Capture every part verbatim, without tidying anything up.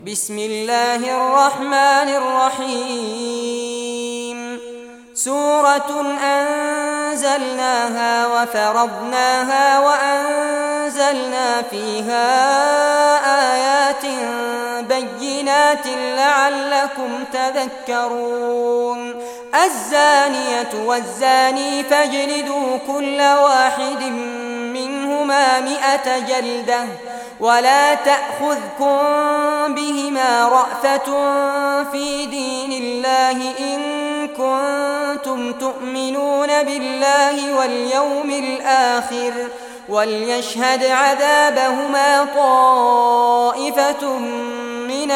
بسم الله الرحمن الرحيم سورة أنزلناها وفرضناها وأنزلنا فيها آيات بينات لعلكم تذكرون الزانية والزاني فاجلدوا كل واحد منهما مئة جلدة ولا تأخذكم بهما رأفة في دين الله إن كنتم تؤمنون بالله واليوم الآخر وليشهد عذابهما طائفة من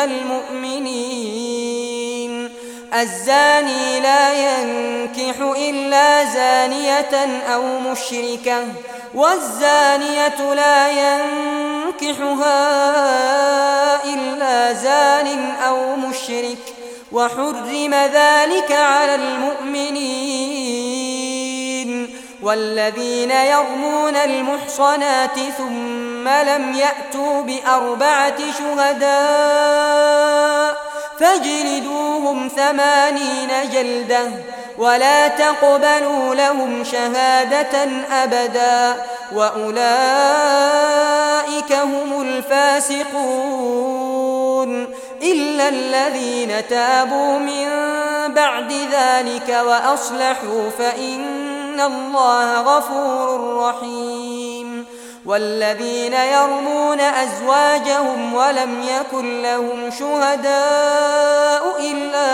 المؤمنين الزاني لا ينكح إلا زانية أو مشركة والزانية لا ينكحها إلا زان أو مشرك وحرم ذلك على المؤمنين والذين يرمون المحصنات ثم لم يأتوا بأربعة شهداء فاجلدوهم ثمانين جلدة ولا تقبلوا لهم شهادة أبدا وأولئك هم الفاسقون إلا الذين تابوا من بعد ذلك وأصلحوا فإن الله غفور رحيم والذين يرمون أزواجهم ولم يكن لهم شهداء إلا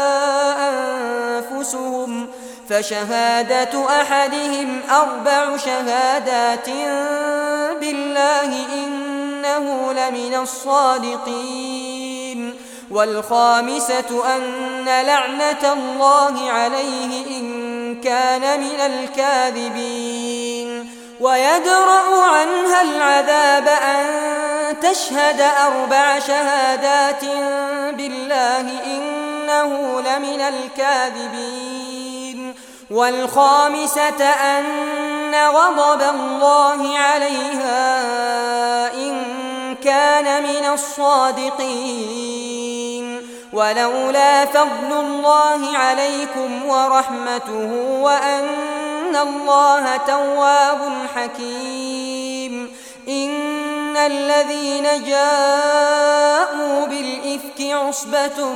أنفسهم فشهادة أحدهم أربع شهادات بالله إنه لمن الصادقين والخامسة أن لعنة الله عليه إن كان من الكاذبين ويدرأ عنها العذاب أن تشهد أربع شهادات بالله إنه لمن الكاذبين والخامسة أن غضب الله عليها إن كان من الصادقين ولولا فضل الله عليكم ورحمته وأن الله تواب حكيم إن الذين جاءوا بالإفك عصبة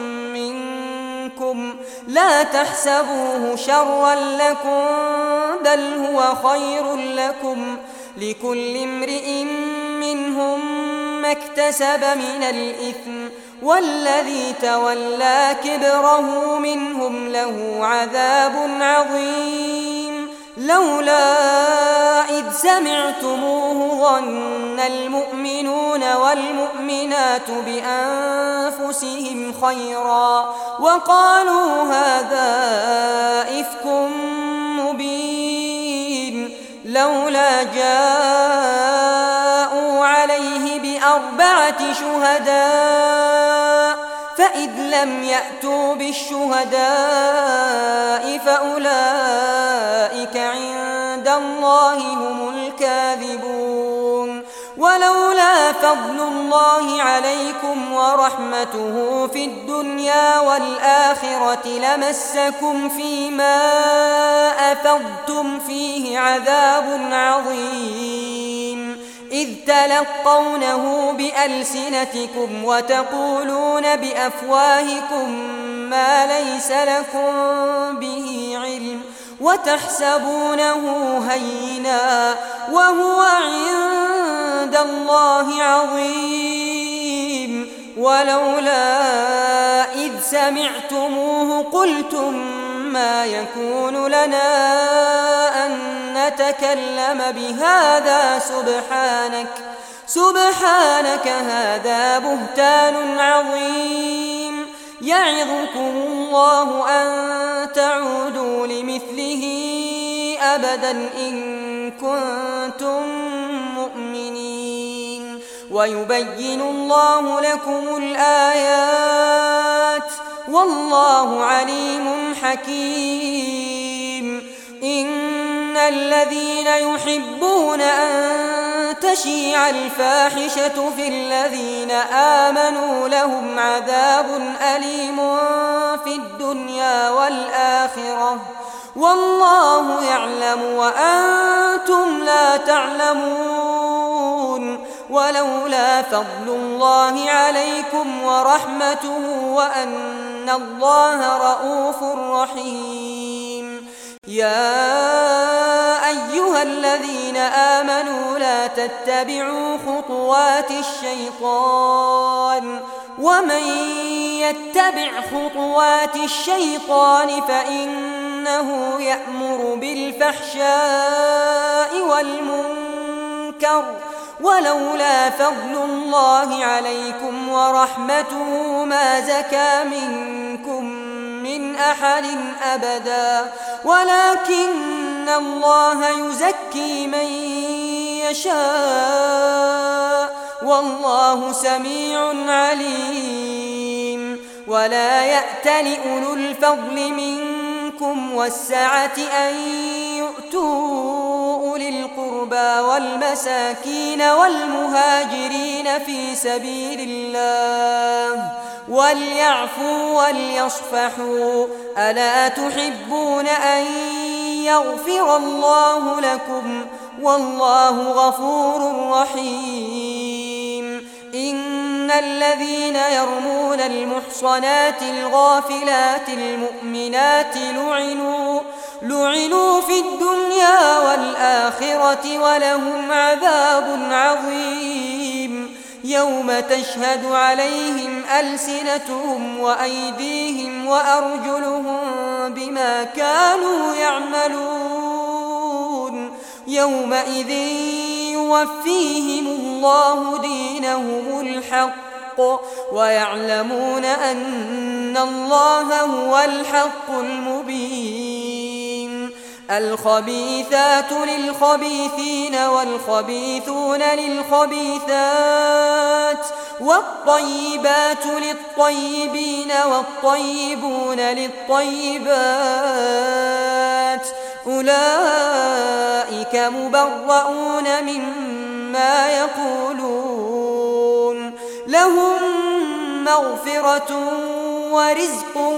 منكم لا تحسبوه شرا لكم بل هو خير لكم لكل امرئ منهم ما اكتسب من الإثم والذي تولى كبره منهم له عذاب عظيم لولا إذ سمعتموه ظن المؤمنون والمؤمنات بأنفسهم خيرا وقالوا هذا إفك مبين لولا جاءوا عليه بأربعة شهداء فإذ لم يأتوا بالشهداء فأولئك عند الله هم الكاذبون ولولا فضل الله عليكم ورحمته في الدنيا والآخرة لمسكم فيما أفضتم فيه عذاب عظيم إذ تلقونه بألسنتكم وتقولون بأفواهكم ما ليس لكم به علم وتحسبونه هينا وهو عند الله عظيم ولولا إذ سمعتموه قلتم ما يكون لنا أن نتكلم بهذا سبحانك سبحانك هذا بهتان عظيم يعظكم الله أن تعودوا لمثله أبدا إن كنتم مؤمنين ويبين الله لكم الآيات والله عليم حكيم إن الذين يحبون أن تشيع الفاحشة في الذين آمنوا لهم عذاب أليم في الدنيا والآخرة والله يعلم وأنتم لا تعلمون ولولا فضل الله عليكم ورحمته وأن الله رءوف رحيم. يا أيها الذين آمنوا لا تتبعوا خطوات الشيطان ومن يتبع خطوات الشيطان فإنه يأمر بالفحشاء والمنكر ولولا فضل الله عليكم ورحمته ما زكى منكم من أحد أبدا ولكن الله يزكي من يشاء والله سميع عليم. ولا يأتل أولو الفضل منكم والسعة أن يؤتوا أولي القربى والمساكين والمهاجرين في سبيل الله وليعفوا وليصفحوا ألا تحبون أن يغفر الله لكم والله غفور رحيم. إن الذين يرمون المحصنات الغافلات المؤمنات لعنوا لعنوا في الدنيا والآخرة ولهم عذاب عظيم يوم تشهد عليهم ألسنتهم وأيديهم وأرجلهم بما كانوا يعملون يومئذ يوفيهم الله دينهم الحق ويعلمون أن الله هو الحق المبين. الخبيثات للخبيثين والخبيثون للخبيثات والطيبات للطيبين والطيبون للطيبات أولئك مبرؤون مما يقولون لهم مغفرة ورزق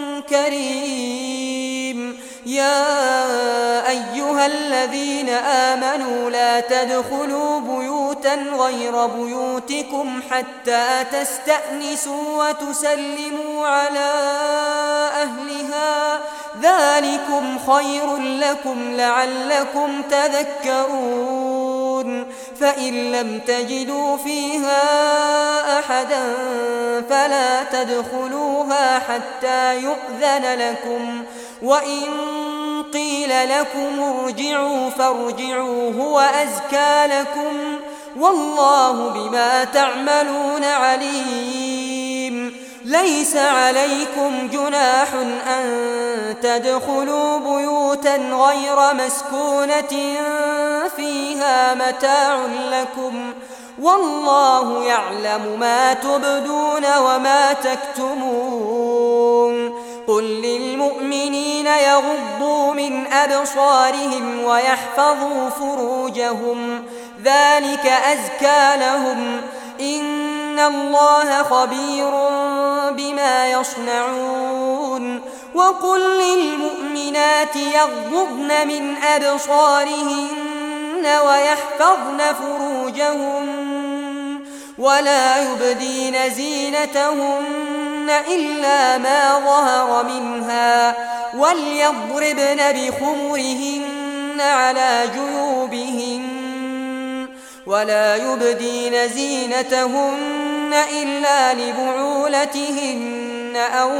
كريم. يا أيها الذين آمنوا لا تدخلوا بيوتا غير بيوتكم حتى تستأنسوا وتسلموا على أهلها ذلكم خير لكم لعلكم تذكرون. فإن لم تجدوا فيها أحدا فلا تدخلوها حتى يؤذن لكم وإن قيل لكم ارجعوا فارجعوا هو أزكى لكم والله بما تعملون عليم. ليس عليكم جناح أن تدخلوا بيوتا غير مسكونة فيها متاع لكم والله يعلم ما تبدون وما تكتمون. قل للمؤمنين يغضوا من أبصارهم ويحفظوا فروجهم ذلك أزكى لهم إن الله خبير بما يصنعون. وقل للمؤمنات يغضضن من أبصارهن ويحفظن فروجهن ولا يبدين زينتهن إلا ما ظهر منها وليضربن بخمرهن على جيوبهن ولا يبدين زينتهن إلا لبعولتهن أو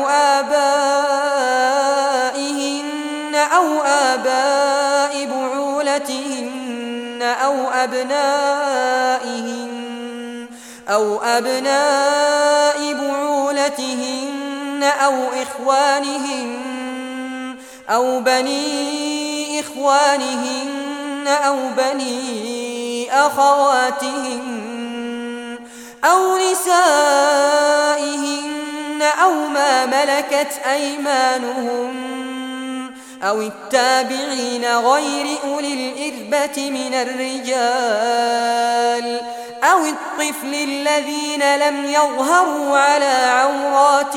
آبائهن أو آباء بعولتهن أو أبنائهن أو أبناء بعولتهن أو إخوانهن أو بني إخوانهن أو بني أخواتهن أو نسائهن أو ما ملكت أيمانهن أو التابعين غير أولي الإربة من الرجال أو الطفل الذين لم يظهروا على عورات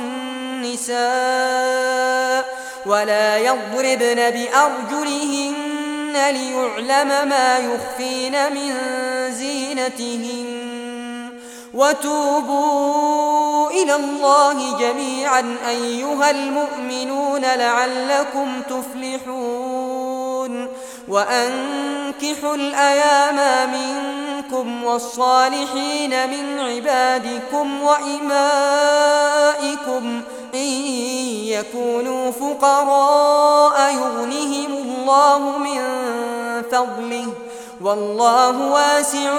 النساء ولا يضربن بأرجلهن ليعلم ما يخفين من زينتهن وتوبوا إلى الله جميعا أيها المؤمنون لعلكم تفلحون وأنكحوا الأيام منكم والصالحين من عبادكم وإمائكم إن يكونوا فقراء يغنهم الله من فضله والله واسع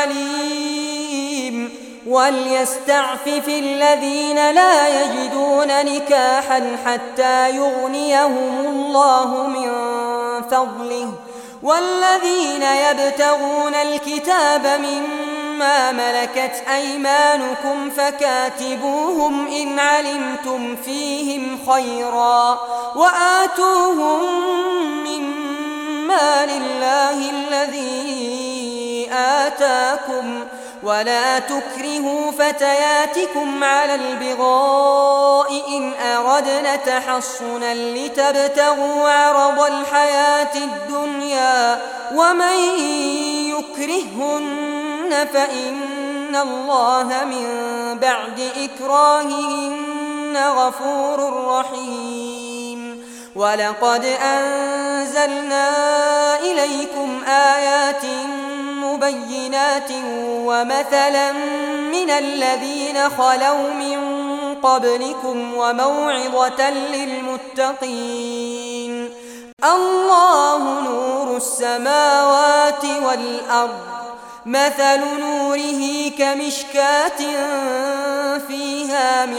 عليم وليستعفف الذين لا يجدون نكاحا حتى يغنيهم الله من فضله والذين يبتغون الكتاب مما ملكت أيمانكم فكاتبوهم إن علمتم فيهم خيرا وآتوهم مما لله الذي آتاكم ولا تكرهوا فتياتكم على البغاء إن أردنا تحصنا لتبتغوا عرض الحياة الدنيا ومن يكرهن فإن الله من بعد إكراههن غفور رحيم ولقد أنزلنا إليكم آيات مبينات ومثلا من الذين خلوا من قبلكم وموعظة للمتقين الله نور السماوات والأرض مثل نوره كمشكاة فيها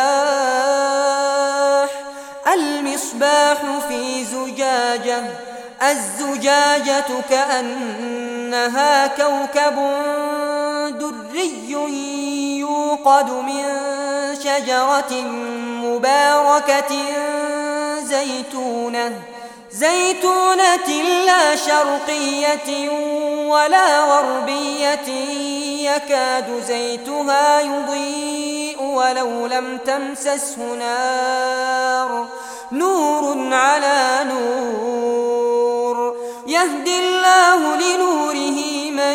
مصباح المصباح في زجاجة الزجاجة كأنها كوكب دري يوقد من شجرة مباركة زيتونة زيتونة لا شرقية ولا غربية يكاد زيتها يضيء ولو لم تمسسه نار نور على نور يهدي الله لنوره من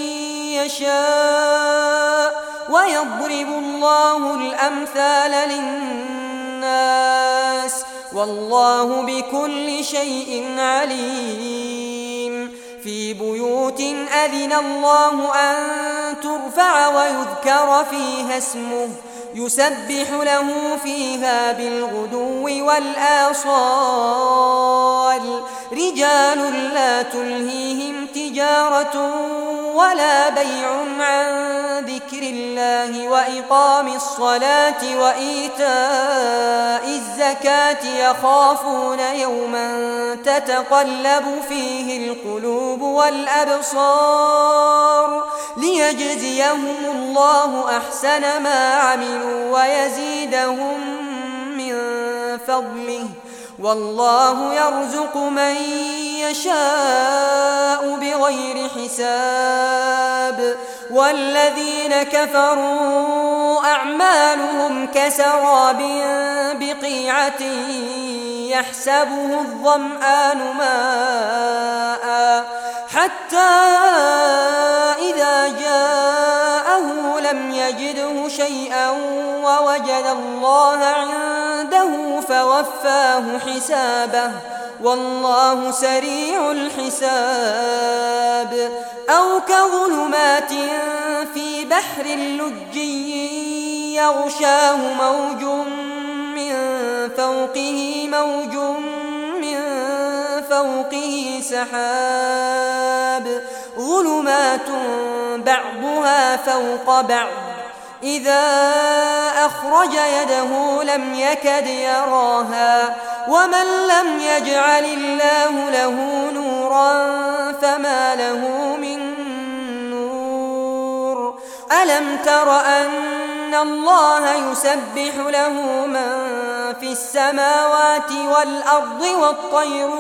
يشاء ويضرب الله الأمثال للناس والله بكل شيء عليم في بيوت أذن الله أن ترفع ويذكر فيها اسمه يسبح له فيها بالغدو والآصال رجال لا تلهيهم تجارة ولا بيع عن ذكر الله وإقام الصلاة وإيتاء الزكاة يخافون يوما تتقلب فيه القلوب والأبصار ليجزيهم الله أحسن ما عملوا ويزيدهم من فضله والله يرزق من يشاء بغير حساب والذين كفروا أعمالهم كسراب بقيعة يحسبه الظمآن ماء حتى إذا جاءه لم يجده شيئا ووجد الله عنده فوفاه حسابه والله سريع الحساب أو كظلمات في بحر لجي يغشاه موج من فوقه موج من فوقه سحاب ظلمات بعضها فوق بعض إذا أخرج يده لم يكد يراها ومن لم يجعل الله له نورا فما له من نور ألم تر أن أن الله يسبح له من في السماوات والأرض والطير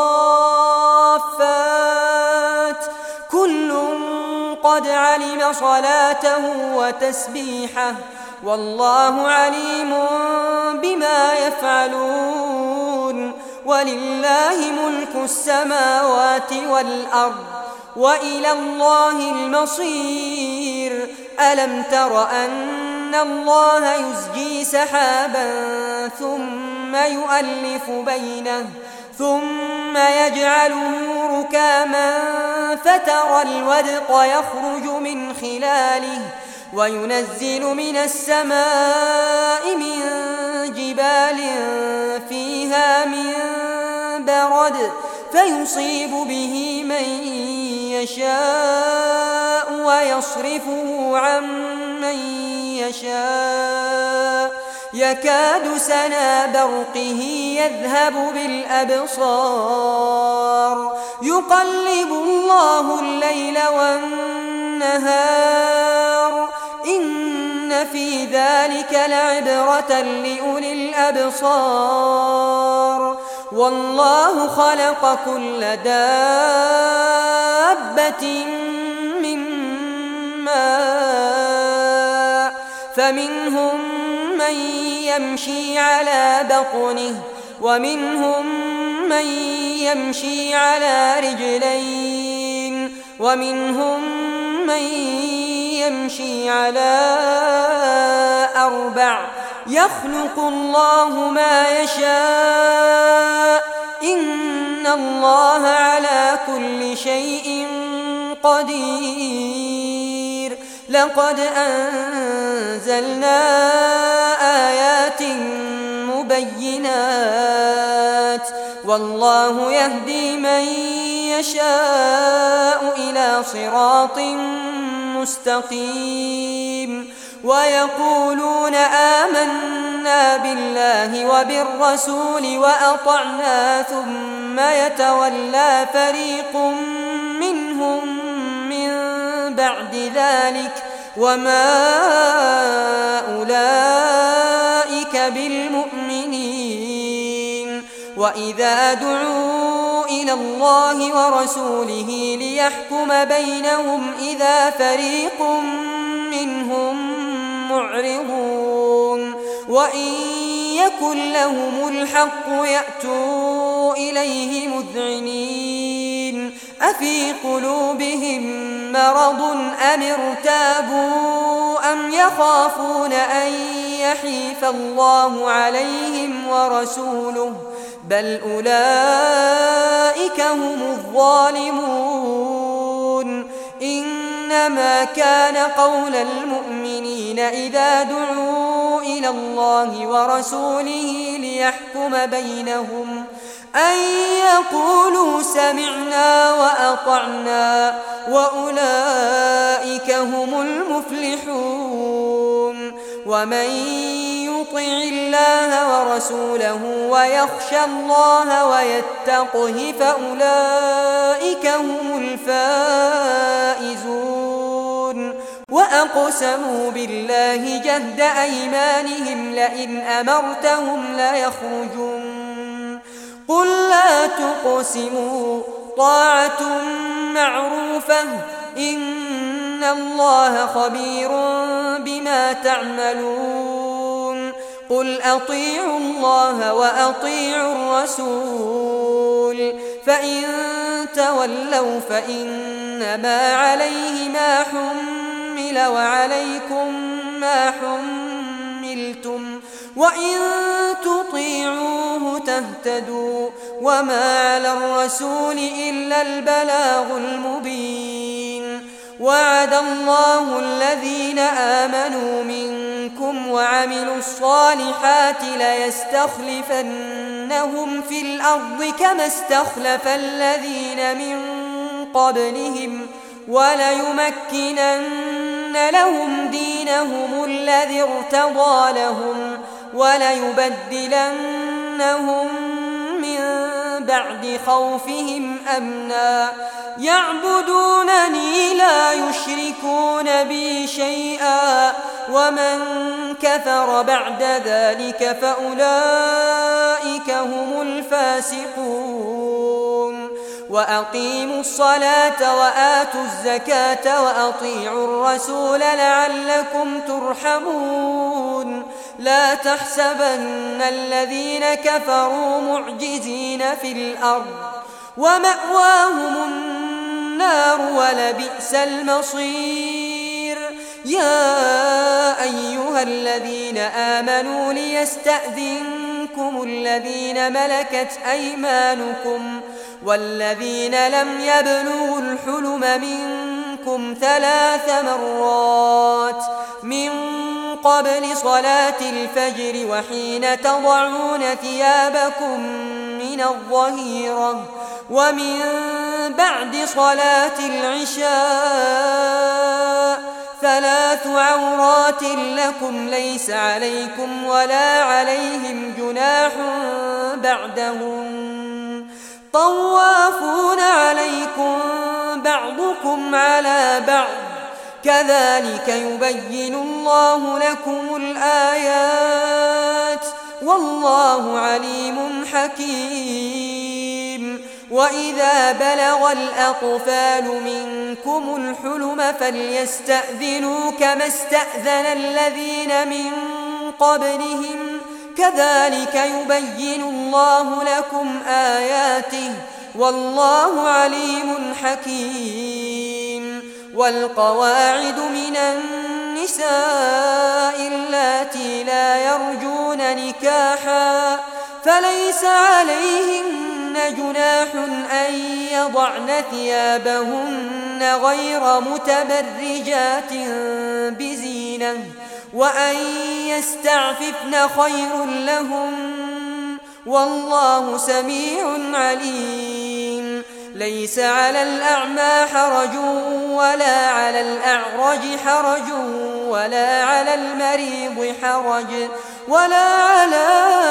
صافات كل قد علم صلاته وتسبيحه والله عليم بما يفعلون ولله ملك السماوات والأرض وإلى الله المصير ألم تر أن الله يزجي سحابا ثم يؤلف بينه ثم يجعله ركاما فترى الودق يخرج من خلاله وينزل من السماء من جبال فيها من برد فيصيب به من يشاء ويصرفه عن من يشاء يكاد سنا برقه يذهب بالأبصار يقلب الله الليل والنهار إن في ذلك لعبرة لأولي الأبصار والله خلق كل دابة من ماء فمنهم من يمشي على بطنه ومنهم من يمشي على رجلين ومنهم من يمشي على أربع يخلق الله ما يشاء إن الله على كل شيء قدير لقد أنزلنا آيات مبينات والله يهدي من يشاء إلى صراط مستقيم ويقولون آمنا بالله وبالرسول وأطعنا ثم يتولى فريق منهم من بعد ذلك وما أولئك بالمؤمنين وإذا دعوا إلى الله ورسوله ليحكم بينهم إذا فريق منهم معرضون وإن يكن لهم الحق يأتوا إليه مذعنين أفي قلوبهم مرض أم ارتابوا أم يخافون أن يحيف الله عليهم ورسوله بل أولئك هم الظالمون إنما كان قول المؤمنين إذا دعوا إلى الله ورسوله ليحكم بينهم أن يقولوا سمعنا وأطعنا وأولئك هم المفلحون ومن يطع الله ورسوله ويخشى الله ويتقه فأولئك هم الفائزون وأقسموا بالله جهد أيمانهم لئن أمرتهم ليخرجون قل لا تقسموا طاعة معروفة إن الله خبير بما تعملون قل أطيعوا الله وأطيعوا الرسول فإن تولوا فإنما عليه ما حمل وعليكم ما حملتم وإن تطيعوه تهتدوا وما على الرسول إلا البلاغ المبين وعد الله الذين آمنوا منكم وعملوا الصالحات ليستخلفنهم في الأرض كما استخلف الذين من قبلهم وليمكنن لهم دينهم الذي ارتضى لهم وليبدلنهم من بعد خوفهم أمنا يعبدونني لا يشركون بي شيئا ومن كفر بعد ذلك فأولئك هم الفاسقون وأقيموا الصلاة وآتوا الزكاة وأطيعوا الرسول لعلكم ترحمون لا تحسبن الذين كفروا معجزين في الأرض ومأواهم النار ولبئس المصير يا أيها الذين آمنوا ليستأذنكم الذين ملكت أيمانكم والذين لم يبلغوا الحلم منكم ثلاث مرات من قبل صلاة الفجر وحين تضعون ثيابكم من الظهيرة ومن بعد صلاة العشاء ثلاث عورات لكم ليس عليكم ولا عليهم جناح بعدهم طوافون عليكم بعضكم على بعض كذلك يبين الله لكم الآيات والله عليم حكيم وإذا بلغ الأطفال منكم الحلم فليستأذنوا كما استأذن الذين من قبلهم كذلك يبين الله لكم آياته والله عليم حكيم والقواعد من النساء اللاتي لا يرجون نكاحا فليس عليهن جناح أن يضعن ثيابهن غير متبرجات بزينة وأن يستعففن خير لهم والله سميع عليم ليس على الأعمى حرج ولا على الأعرج حرج ولا على المريض حرج ولا على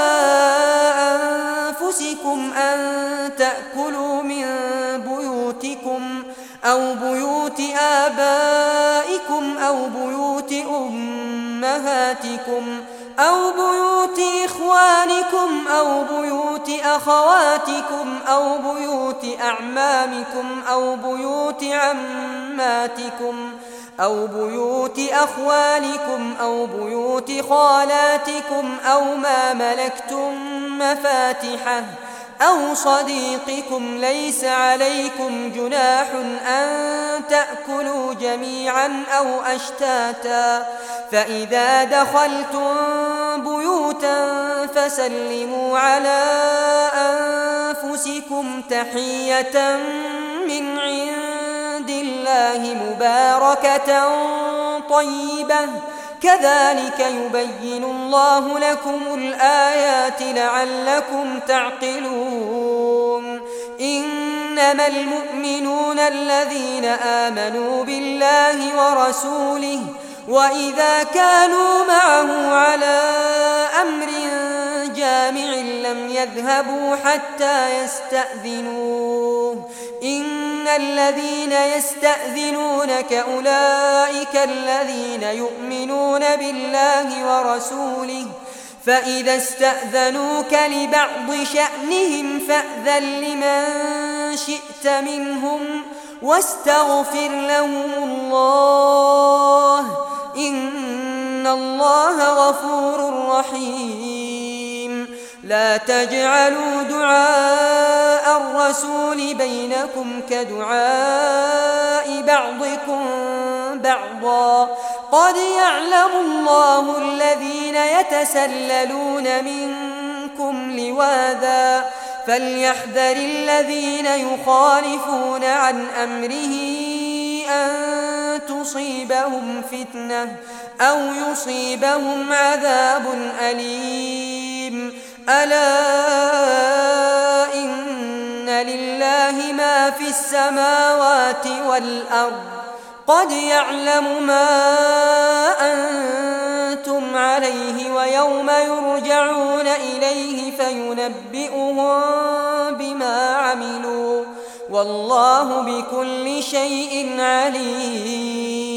أنفسكم أن تأكلوا من بيوتكم أو بيوت آبائكم أو بيوت أمهاتكم أو بيوت إخوانكم أو بيوت أخواتكم أو بيوت أعمامكم أو بيوت عماتكم أو بيوت أخوالكم أو بيوت خالاتكم أو ما ملكتم مفاتحه أو صديقكم ليس عليكم جناح أن تأكلوا جميعا أو أشتاتا فإذا دخلتم بيوتا فسلموا على أنفسكم تحية من عند الله مباركة طيبة كذلك يبين الله لكم الآيات لعلكم تعقلون إنما المؤمنون الذين آمنوا بالله ورسوله وإذا كانوا معه على أمر جامع لم يذهبوا حتى يستأذنوه إن الذين يستأذنونك أولئك الذين يؤمنون بالله ورسوله فإذا استأذنوك لبعض شأنهم فأذن لمن شئت منهم واستغفر لهم الله إن الله غفور رحيم لا تجعلوا دعاء الرسول بينكم كدعاء بعضكم بعضا قد يعلم الله الذين يتسللون منكم لواذا فليحذر الذين يخالفون عن أمره أن تصيبهم فتنة أو يصيبهم عذاب أليم ألا إن لله ما في السماوات والأرض قد يعلم ما أنتم عليه ويوم يرجعون إليه فينبئهم بما عملوا والله بكل شيء عليم